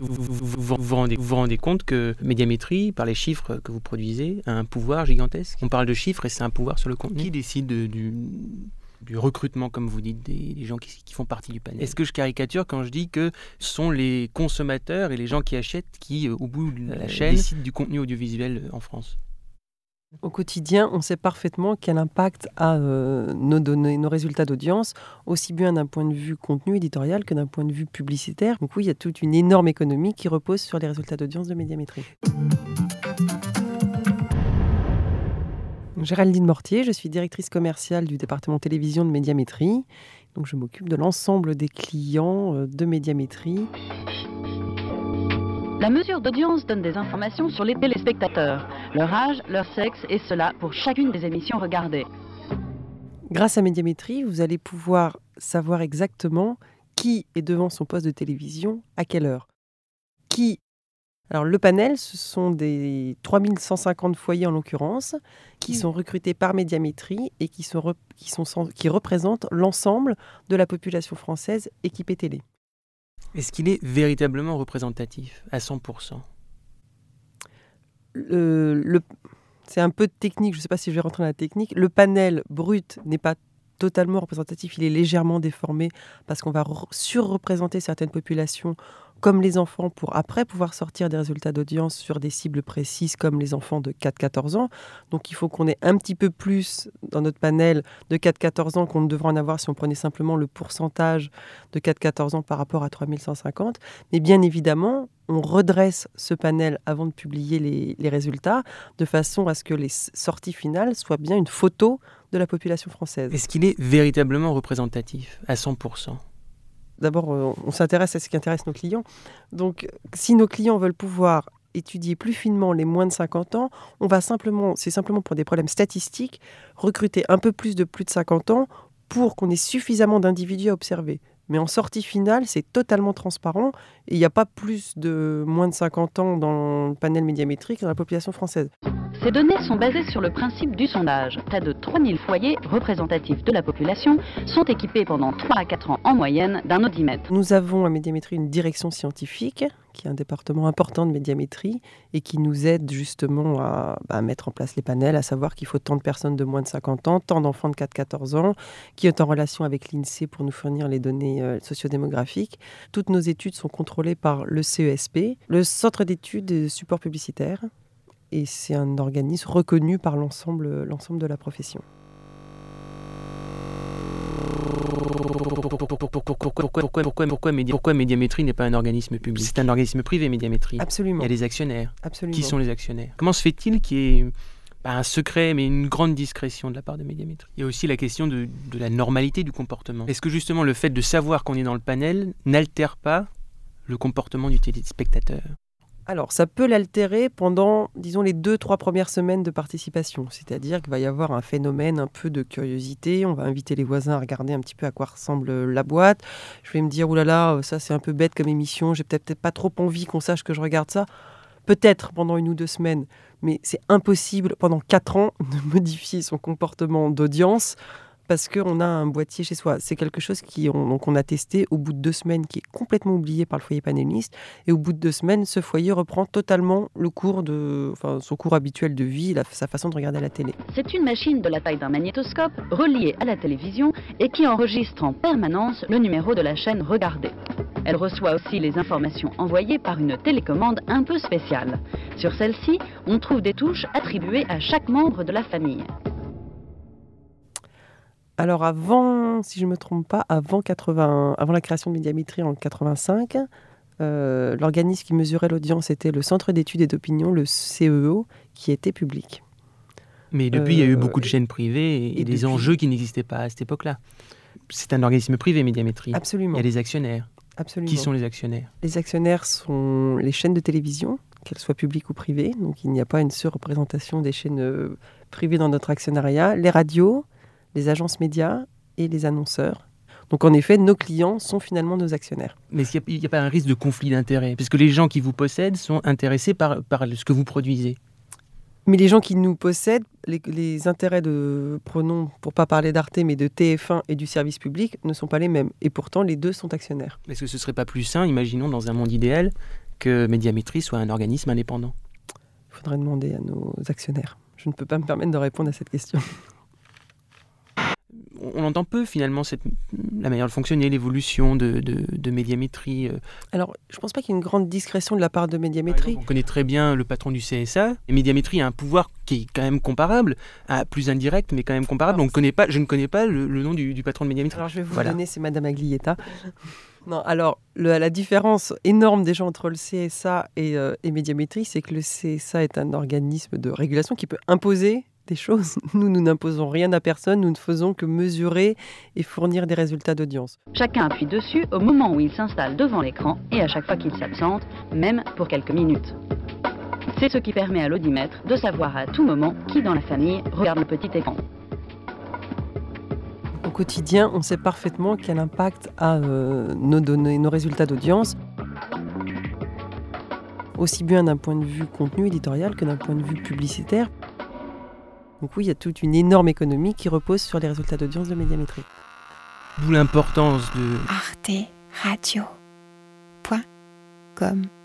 vous rendez compte que Médiamétrie, par les chiffres que vous produisez, a un pouvoir gigantesque. On parle de chiffres et c'est un pouvoir sur le contenu. Qui décide du recrutement, comme vous dites, des gens qui font partie du panel? Est-ce que je caricature quand je dis que ce sont les consommateurs et les gens qui achètent qui, au bout de la chaîne, décident du contenu audiovisuel en France? Au quotidien, on sait parfaitement quel impact a nos données, nos résultats d'audience, aussi bien d'un point de vue contenu éditorial que d'un point de vue publicitaire. Donc oui, il y a toute une énorme économie qui repose sur les résultats d'audience de Médiamétrie. Géraldine Mortier, je suis directrice commerciale du département télévision de Médiamétrie. Donc je m'occupe de l'ensemble des clients de Médiamétrie. La mesure d'audience donne des informations sur les téléspectateurs, leur âge, leur sexe, et cela pour chacune des émissions regardées. Grâce à Médiamétrie, vous allez pouvoir savoir exactement qui est devant son poste de télévision, à quelle heure. Alors le panel, ce sont des 3150 foyers en l'occurrence, qui sont recrutés par Médiamétrie et qui représentent l'ensemble de la population française équipée télé. Est-ce qu'il est véritablement représentatif à 100%? C'est un peu technique, je ne sais pas si je vais rentrer dans la technique. Le panel brut n'est pas totalement représentatif, il est légèrement déformé parce qu'on va surreprésenter certaines populations comme les enfants pour après pouvoir sortir des résultats d'audience sur des cibles précises comme les enfants de 4-14 ans. Donc il faut qu'on ait un petit peu plus dans notre panel de 4-14 ans qu'on ne devrait en avoir si on prenait simplement le pourcentage de 4-14 ans par rapport à 3150. Mais bien évidemment, on redresse ce panel avant de publier les résultats de façon à ce que les sorties finales soient bien une photo de la population française. Est-ce qu'il est véritablement représentatif à 100%? D'abord, on s'intéresse à ce qui intéresse nos clients. Donc, si nos clients veulent pouvoir étudier plus finement les moins de 50 ans, c'est simplement pour des problèmes statistiques, recruter un peu plus de 50 ans pour qu'on ait suffisamment d'individus à observer. Mais en sortie finale, c'est totalement transparent et il n'y a pas plus de moins de 50 ans dans le panel médiamétrique dans la population française. Ces données sont basées sur le principe du sondage. Près de 3000 foyers représentatifs de la population sont équipés pendant 3 à 4 ans en moyenne d'un audimètre. Nous avons à Médiamétrie une direction scientifique, qui est un département important de médiamétrie et qui nous aide justement à mettre en place les panels, à savoir qu'il faut tant de personnes de moins de 50 ans, tant d'enfants de 4-14 ans, qui est en relation avec l'INSEE pour nous fournir les données sociodémographiques. Toutes nos études sont contrôlées par le CESP, le Centre d'études et supports publicitaires, et c'est un organisme reconnu par l'ensemble de la profession. Pourquoi Médiamétrie n'est pas un organisme public? C'est un organisme privé, Médiamétrie. Absolument. Il y a des actionnaires. Absolument. Qui sont les actionnaires? Comment se fait-il qu'il y ait un secret, mais une grande discrétion de la part de Médiamétrie? Il y a aussi la question de la normalité du comportement. Est-ce que justement le fait de savoir qu'on est dans le panel n'altère pas le comportement du téléspectateur? Alors, ça peut l'altérer pendant, disons, les 2-3 premières semaines de participation. C'est-à-dire qu'il va y avoir un phénomène un peu de curiosité. On va inviter les voisins à regarder un petit peu à quoi ressemble la boîte. Je vais me dire, oulala, ça c'est un peu bête comme émission. J'ai peut-être pas trop envie qu'on sache que je regarde ça. Peut-être pendant 1 ou 2 semaines. Mais c'est impossible pendant 4 ans de modifier son comportement d'audience parce qu'on a un boîtier chez soi. C'est quelque chose qu'on a testé au bout de 2 semaines, qui est complètement oublié par le foyer panéliste. Et au bout de 2 semaines, ce foyer reprend totalement son cours habituel de vie, sa façon de regarder la télé. C'est une machine de la taille d'un magnétoscope reliée à la télévision et qui enregistre en permanence le numéro de la chaîne regardée. Elle reçoit aussi les informations envoyées par une télécommande un peu spéciale. Sur celle-ci, on trouve des touches attribuées à chaque membre de la famille. Alors avant, si je ne me trompe pas, avant la création de Médiamétrie en 85, l'organisme qui mesurait l'audience était le Centre d'études et d'opinion, le CEO, qui était public. Mais depuis, il y a eu beaucoup de chaînes privées et des enjeux qui n'existaient pas à cette époque-là. C'est un organisme privé, Médiamétrie. Absolument. Il y a des actionnaires. Absolument. Qui sont les actionnaires? Les actionnaires sont les chaînes de télévision, qu'elles soient publiques ou privées. Donc il n'y a pas une surreprésentation des chaînes privées dans notre actionnariat. Les radios, les agences médias et les annonceurs. Donc en effet, nos clients sont finalement nos actionnaires. Mais il n'y a pas un risque de conflit d'intérêts? Puisque les gens qui vous possèdent sont intéressés par ce que vous produisez. Mais les gens qui nous possèdent, les intérêts prenons pour pas parler d'Arte, mais de TF1 et du service public ne sont pas les mêmes. Et pourtant, les deux sont actionnaires. Est-ce que ce ne serait pas plus sain, imaginons dans un monde idéal, que Médiamétrie soit un organisme indépendant? Il faudrait demander à nos actionnaires. Je ne peux pas me permettre de répondre à cette question. On entend peu finalement la manière de fonctionner, l'évolution de Médiamétrie. Alors, je ne pense pas qu'il y ait une grande discrétion de la part de Médiamétrie. On connaît très bien le patron du CSA. Et Médiamétrie a un pouvoir qui est quand même comparable, plus indirect, mais quand même comparable. Je ne connais pas le nom du patron de Médiamétrie. Alors, je vais vous le donner, c'est Madame Aglietta. Non, alors, la différence énorme déjà entre le CSA et Médiamétrie, c'est que le CSA est un organisme de régulation qui peut imposer des choses. Nous n'imposons rien à personne, nous ne faisons que mesurer et fournir des résultats d'audience. Chacun appuie dessus au moment où il s'installe devant l'écran et à chaque fois qu'il s'absente, même pour quelques minutes. C'est ce qui permet à l'audimètre de savoir à tout moment qui dans la famille regarde le petit écran. Au quotidien, on sait parfaitement quel impact a nos données, nos résultats d'audience, aussi bien d'un point de vue contenu éditorial que d'un point de vue publicitaire. Donc oui, il y a toute une énorme économie qui repose sur les résultats d'audience de Médiamétrie. D'où l'importance de arteradio.com